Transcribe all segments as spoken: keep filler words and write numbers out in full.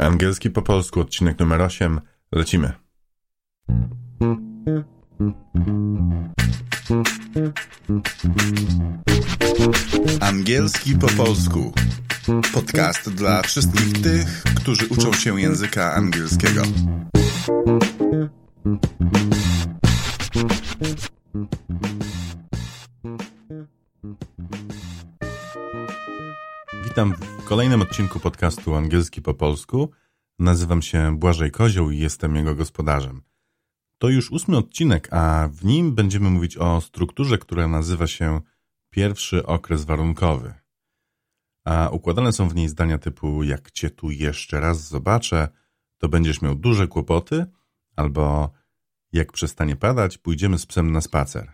Angielski po polsku, odcinek numer osiem. Lecimy. Angielski po polsku. Podcast dla wszystkich tych, którzy uczą się języka angielskiego. Witam w kolejnym odcinku podcastu Angielski po polsku. Nazywam się Błażej Kozioł i jestem jego gospodarzem. To już ósmy odcinek, a w nim będziemy mówić o strukturze, która nazywa się pierwszy okres warunkowy. A układane są w niej zdania typu jak cię tu jeszcze raz zobaczę, to będziesz miał duże kłopoty, albo jak przestanie padać, pójdziemy z psem na spacer.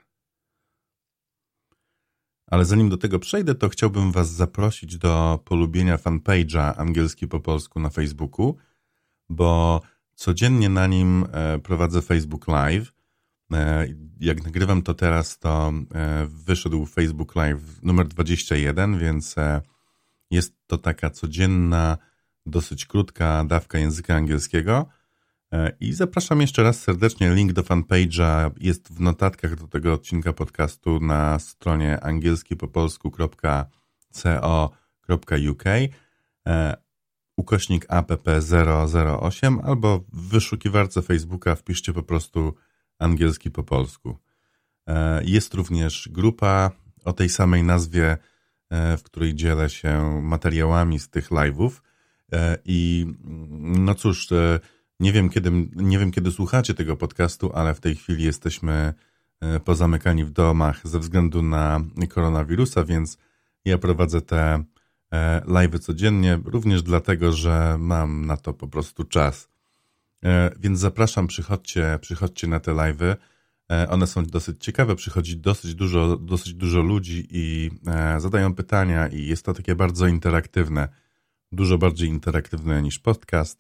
Ale zanim do tego przejdę, to chciałbym Was zaprosić do polubienia fanpage'a Angielski po polsku na Facebooku, bo codziennie na nim prowadzę Facebook Live. Jak nagrywam to teraz, to wyszedł Facebook Live numer dwadzieścia jeden, więc jest to taka codzienna, dosyć krótka dawka języka angielskiego. I zapraszam jeszcze raz serdecznie. Link do fanpage'a jest w notatkach do tego odcinka podcastu na stronie angielskipopolsku kropka co kropka uk ukośnik app zero zero osiem albo w wyszukiwarce Facebooka wpiszcie po prostu Angielski po polsku. Jest również grupa o tej samej nazwie, w której dzielę się materiałami z tych live'ów i no cóż, nie wiem kiedy, nie wiem kiedy słuchacie tego podcastu, ale w tej chwili jesteśmy pozamykani w domach ze względu na koronawirusa, więc ja prowadzę te live'y codziennie, również dlatego, że mam na to po prostu czas. Więc zapraszam, przychodźcie, przychodźcie na te live'y. One są dosyć ciekawe, przychodzi dosyć dużo, dosyć dużo ludzi i zadają pytania i jest to takie bardzo interaktywne, dużo bardziej interaktywne niż podcast.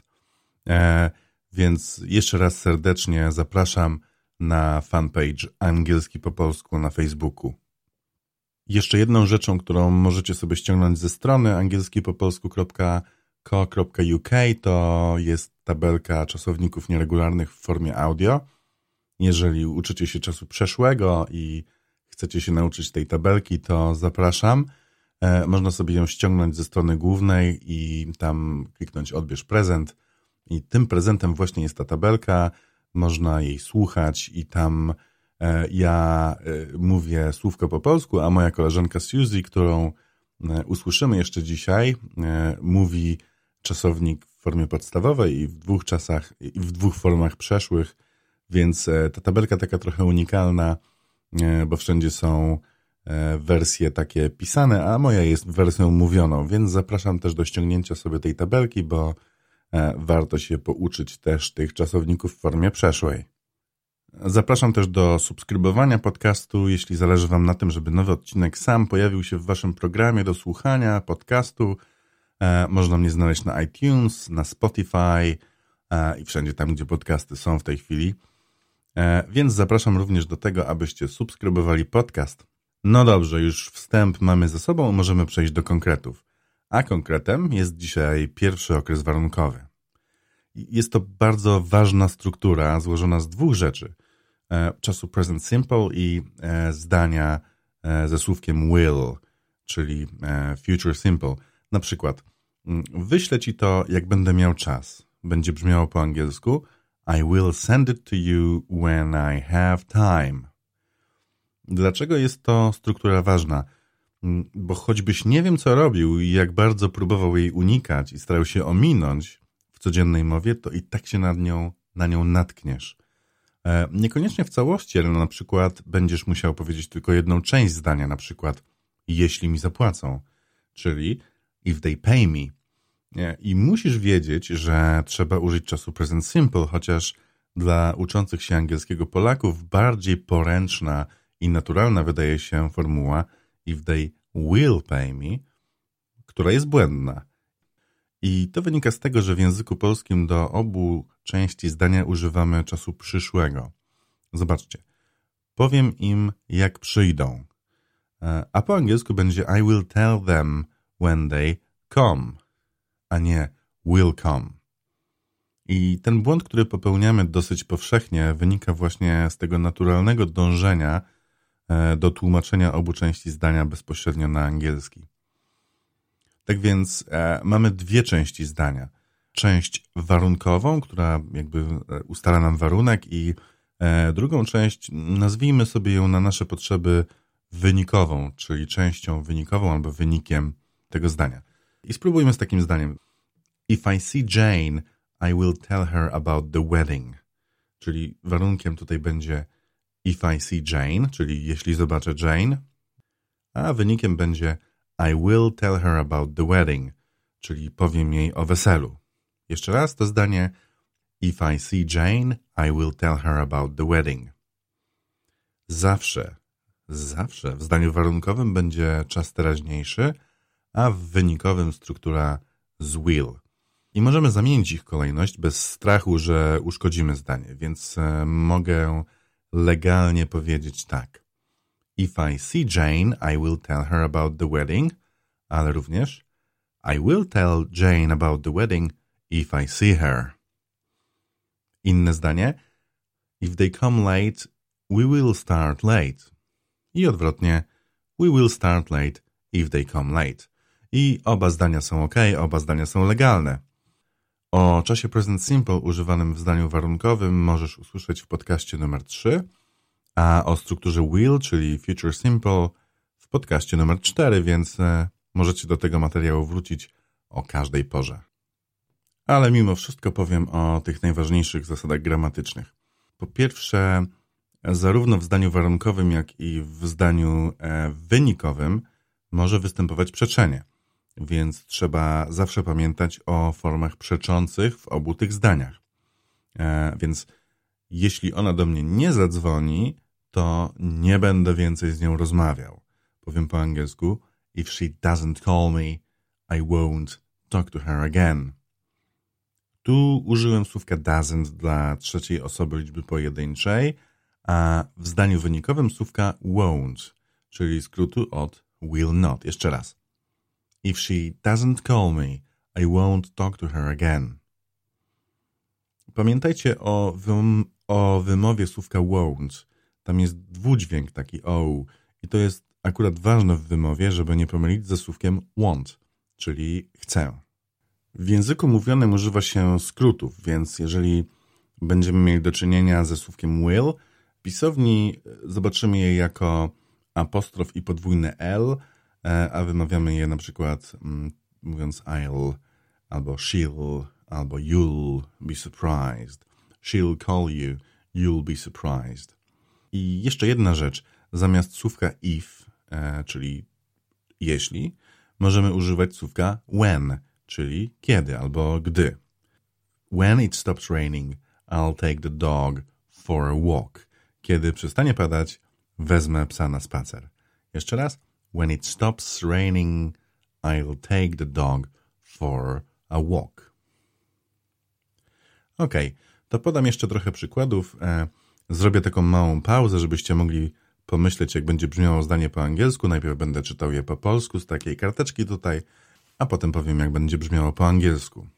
Więc jeszcze raz serdecznie zapraszam na fanpage Angielski po polsku na Facebooku. Jeszcze jedną rzeczą, którą możecie sobie ściągnąć ze strony angielskipopolsku kropka co kropka uk to jest tabelka czasowników nieregularnych w formie audio. Jeżeli uczycie się czasu przeszłego i chcecie się nauczyć tej tabelki, to zapraszam. Można sobie ją ściągnąć ze strony głównej i tam kliknąć odbierz prezent. I tym prezentem właśnie jest ta tabelka. Można jej słuchać i tam ja mówię słówko po polsku, a moja koleżanka Suzy, którą usłyszymy jeszcze dzisiaj, mówi czasownik w formie podstawowej i w dwóch czasach, i w dwóch formach przeszłych, więc ta tabelka taka trochę unikalna, bo wszędzie są wersje takie pisane, a moja jest wersją mówioną, więc zapraszam też do ściągnięcia sobie tej tabelki, bo warto się pouczyć też tych czasowników w formie przeszłej. Zapraszam też do subskrybowania podcastu, jeśli zależy Wam na tym, żeby nowy odcinek sam pojawił się w Waszym programie do słuchania podcastu. Można mnie znaleźć na iTunes, na Spotify i wszędzie tam, gdzie podcasty są w tej chwili. Więc zapraszam również do tego, abyście subskrybowali podcast. No dobrze, już wstęp mamy za sobą, możemy przejść do konkretów. A konkretem jest dzisiaj pierwszy okres warunkowy. Jest to bardzo ważna struktura złożona z dwóch rzeczy. Czasu present simple i zdania ze słówkiem will, czyli future simple. Na przykład wyślę Ci to, jak będę miał czas. Będzie brzmiało po angielsku I will send it to you when I have time. Dlaczego jest to struktura ważna? Bo choćbyś nie wiem, co robił i jak bardzo próbował jej unikać i starał się ominąć w codziennej mowie, to i tak się nad nią, na nią natkniesz. E, niekoniecznie w całości, ale na przykład będziesz musiał powiedzieć tylko jedną część zdania, na przykład jeśli mi zapłacą, czyli if they pay me. E, I musisz wiedzieć, że trzeba użyć czasu present simple, chociaż dla uczących się angielskiego Polaków bardziej poręczna i naturalna wydaje się formuła if they will pay me, która jest błędna. I to wynika z tego, że w języku polskim do obu części zdania używamy czasu przyszłego. Zobaczcie. Powiem im, jak przyjdą. A po angielsku będzie I will tell them when they come, a nie will come. I ten błąd, który popełniamy dosyć powszechnie, wynika właśnie z tego naturalnego dążenia do tłumaczenia obu części zdania bezpośrednio na angielski. Tak więc e, mamy dwie części zdania. Część warunkową, która jakby ustala nam warunek, i e, drugą część, nazwijmy sobie ją na nasze potrzeby wynikową, czyli częścią wynikową albo wynikiem tego zdania. I spróbujmy z takim zdaniem. If I see Jane, I will tell her about the wedding. Czyli warunkiem tutaj będzie if I see Jane, czyli jeśli zobaczę Jane, a wynikiem będzie I will tell her about the wedding, czyli powiem jej o weselu. Jeszcze raz to zdanie. If I see Jane, I will tell her about the wedding. Zawsze, zawsze w zdaniu warunkowym będzie czas teraźniejszy, a w wynikowym struktura z will. I możemy zamienić ich kolejność bez strachu, że uszkodzimy zdanie, więc e, mogę legalnie powiedzieć tak. If I see Jane, I will tell her about the wedding, ale również I will tell Jane about the wedding if I see her. Inne zdanie. If they come late, we will start late. I odwrotnie. We will start late if they come late. I oba zdania są ok, oba zdania są legalne. O czasie present simple używanym w zdaniu warunkowym możesz usłyszeć w podcaście numer trzy, a o strukturze will, czyli future simple, w podcaście numer cztery, więc e, możecie do tego materiału wrócić o każdej porze. Ale mimo wszystko powiem o tych najważniejszych zasadach gramatycznych. Po pierwsze, zarówno w zdaniu warunkowym, jak i w zdaniu e, wynikowym może występować przeczenie, więc trzeba zawsze pamiętać o formach przeczących w obu tych zdaniach. E, więc jeśli ona do mnie nie zadzwoni, to nie będę więcej z nią rozmawiał. Powiem po angielsku, if she doesn't call me, I won't talk to her again. Tu użyłem słówka doesn't dla trzeciej osoby liczby pojedynczej, a w zdaniu wynikowym słówka won't, czyli skrótu od will not. Jeszcze raz. If she doesn't call me, I won't talk to her again. Pamiętajcie o, wym- o wymowie słówka won't. Tam jest dwudźwięk taki o i to jest akurat ważne w wymowie, żeby nie pomylić ze słówkiem want, czyli chcę. W języku mówionym używa się skrótów, więc jeżeli będziemy mieli do czynienia ze słówkiem will, w pisowni zobaczymy je jako apostrof i podwójne L, a wymawiamy je na przykład mówiąc I'll, albo she'll, albo you'll be surprised. She'll call you, you'll be surprised. I jeszcze jedna rzecz. Zamiast słówka if, czyli jeśli, możemy używać słówka when, czyli kiedy albo gdy. When it stops raining, I'll take the dog for a walk. Kiedy przestanie padać, wezmę psa na spacer. Jeszcze raz. When it stops raining, I'll take the dog for a walk. Ok, to podam jeszcze trochę przykładów. Zrobię taką małą pauzę, żebyście mogli pomyśleć, jak będzie brzmiało zdanie po angielsku. Najpierw będę czytał je po polsku z takiej karteczki tutaj, a potem powiem, jak będzie brzmiało po angielsku.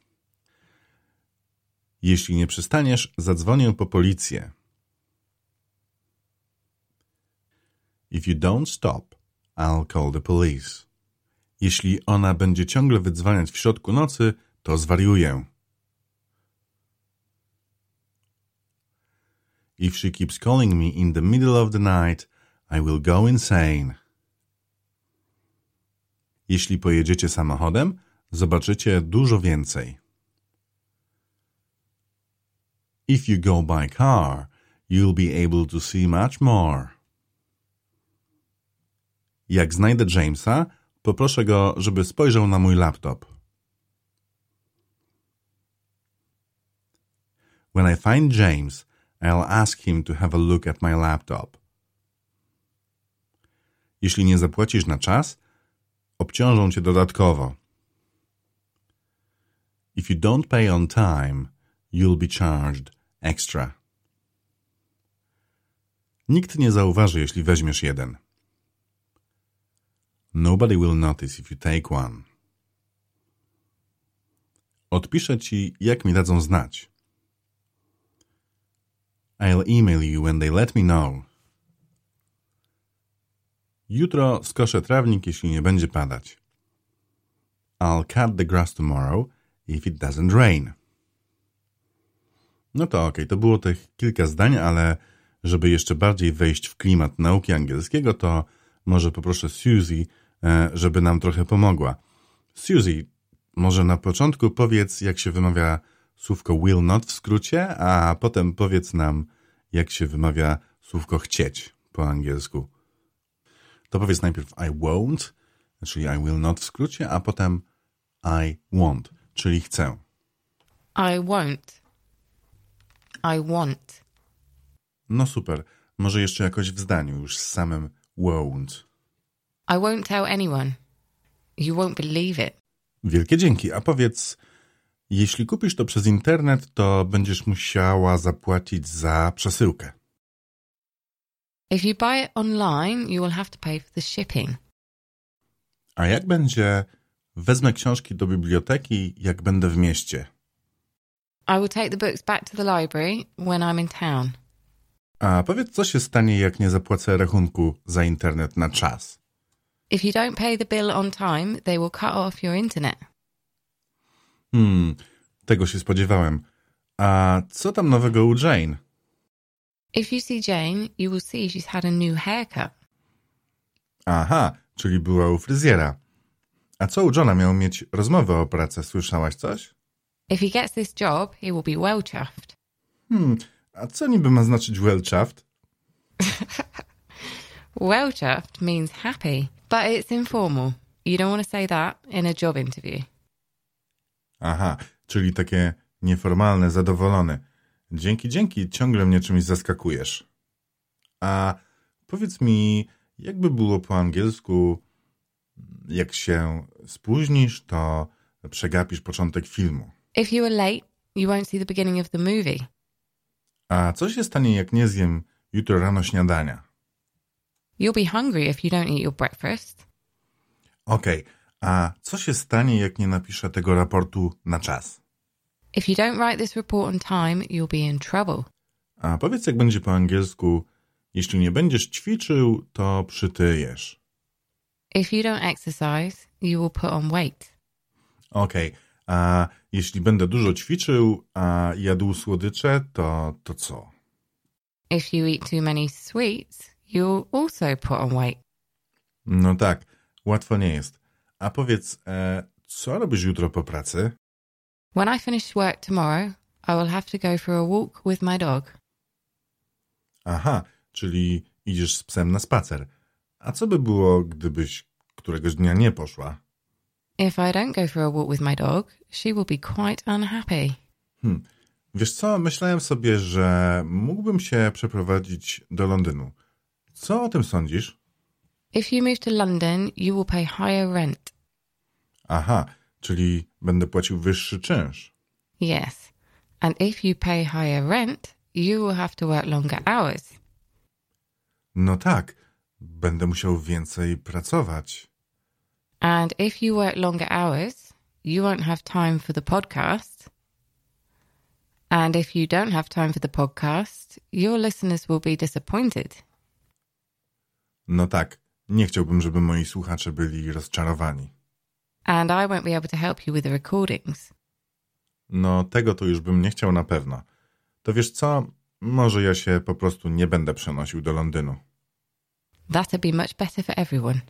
Jeśli nie przystaniesz, zadzwonię po policję. If you don't stop, I'll call the police. Jeśli ona będzie ciągle wydzwaniać w środku nocy, to zwariuję. If she keeps calling me in the middle of the night, I will go insane. Jeśli pojedziecie samochodem, zobaczycie dużo więcej. If you go by car, you'll be able to see much more. Jak znajdę Jamesa, poproszę go, żeby spojrzał na mój laptop. When I find James, I'll ask him to have a look at my laptop. Jeśli nie zapłacisz na czas, obciążą cię dodatkowo. If you don't pay on time, you'll be charged extra. Nikt nie zauważy, jeśli weźmiesz jeden. Nobody will notice if you take one. Odpiszę ci, jak mi dadzą znać. I'll email you when they let me know. Jutro skoszę trawnik, jeśli nie będzie padać. I'll cut the grass tomorrow if it doesn't rain. No to okej, okay, to było tych kilka zdań, ale żeby jeszcze bardziej wejść w klimat nauki angielskiego, to może poproszę Suzy, żeby nam trochę pomogła. Suzy, może na początku powiedz, jak się wymawia słówko will not w skrócie, a potem powiedz nam, jak się wymawia słówko chcieć po angielsku. To powiedz najpierw I won't, czyli I will not w skrócie, a potem I won't, czyli chcę. I won't. I want. No super. Może jeszcze jakoś w zdaniu, już z samym won't. I won't tell anyone. You won't believe it. Wielkie dzięki. A powiedz, jeśli kupisz to przez internet, to będziesz musiała zapłacić za przesyłkę. If you buy it online, you will have to pay for the shipping. A jak będzie, wezmę książki do biblioteki, jak będę w mieście? I will take the books back to the library when I'm in town. A powiedz, co się stanie, jak nie zapłacę rachunku za internet na czas? If you don't pay the bill on time, they will cut off your internet. Hmm, tego się spodziewałem. A co tam nowego u Jane? If you see Jane, you will see she's had a new haircut. Aha, czyli była u fryzjera. A co u Johna, miał mieć rozmowę o pracę, słyszałaś coś? If he gets this job, he will be well chuffed. Hmm, a co niby ma znaczyć well chuffed? Well chuffed means happy, but it's informal. You don't want to say that in a job interview. Aha, czyli takie nieformalne, zadowolone. Dzięki, dzięki, ciągle mnie czymś zaskakujesz. A powiedz mi, jakby było po angielsku, jak się spóźnisz, to przegapisz początek filmu. If you are late, you won't see the beginning of the movie. A co się stanie, jak nie zjem jutro rano śniadania? You'll be hungry if you don't eat your breakfast. Okej, okay. A co się stanie, jak nie napiszę tego raportu na czas? If you don't write this report on time, you'll be in trouble. A powiedz, jak będzie po angielsku, jeśli nie będziesz ćwiczył, to przytyjesz. If you don't exercise, you will put on weight. Okej, okay. A jeśli będę dużo ćwiczył, a jadł słodycze, to, to co? If you eat too many sweets, you'll also put on weight. No tak, łatwo nie jest. A powiedz, e, co robisz jutro po pracy? When I finish work tomorrow, I will have to go for a walk with my dog. Aha, czyli idziesz z psem na spacer. A co by było, gdybyś któregoś dnia nie poszła? If I don't go for a walk with my dog, she will be quite unhappy. Hmm. Wiesz co, myślałem sobie, że mógłbym się przeprowadzić do Londynu. Co o tym sądzisz? If you move to London, you will pay higher rent. Aha, czyli będę płacił wyższy czynsz. Yes, and if you pay higher rent, you will have to work longer hours. No tak, będę musiał więcej pracować. And if you work longer hours, you won't have time for the podcast. And if you don't have time for the podcast, your listeners will be disappointed. No tak, nie chciałbym, żeby moi słuchacze byli rozczarowani. And I won't be able to help you with the recordings. No tego to już bym nie chciał na pewno. To wiesz co, może ja się po prostu nie będę przenosił do Londynu. That'd be much better for everyone.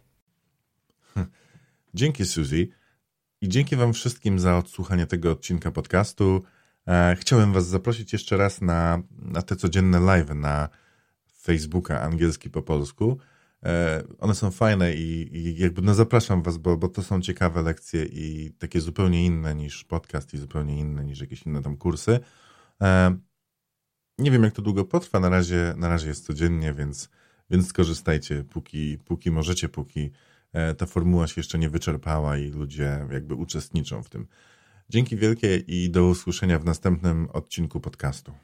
Dzięki, Suzy. I dzięki wam wszystkim za odsłuchanie tego odcinka podcastu. E, chciałem was zaprosić jeszcze raz na, na te codzienne live'y na Facebooka angielski po polsku. E, one są fajne i, i jakby no zapraszam was, bo, bo to są ciekawe lekcje i takie zupełnie inne niż podcast i zupełnie inne niż jakieś inne tam kursy. E, nie wiem, jak to długo potrwa. Na razie, na razie jest codziennie, więc, więc skorzystajcie, póki, póki możecie, póki ta formuła się jeszcze nie wyczerpała i ludzie jakby uczestniczą w tym. Dzięki wielkie i do usłyszenia w następnym odcinku podcastu.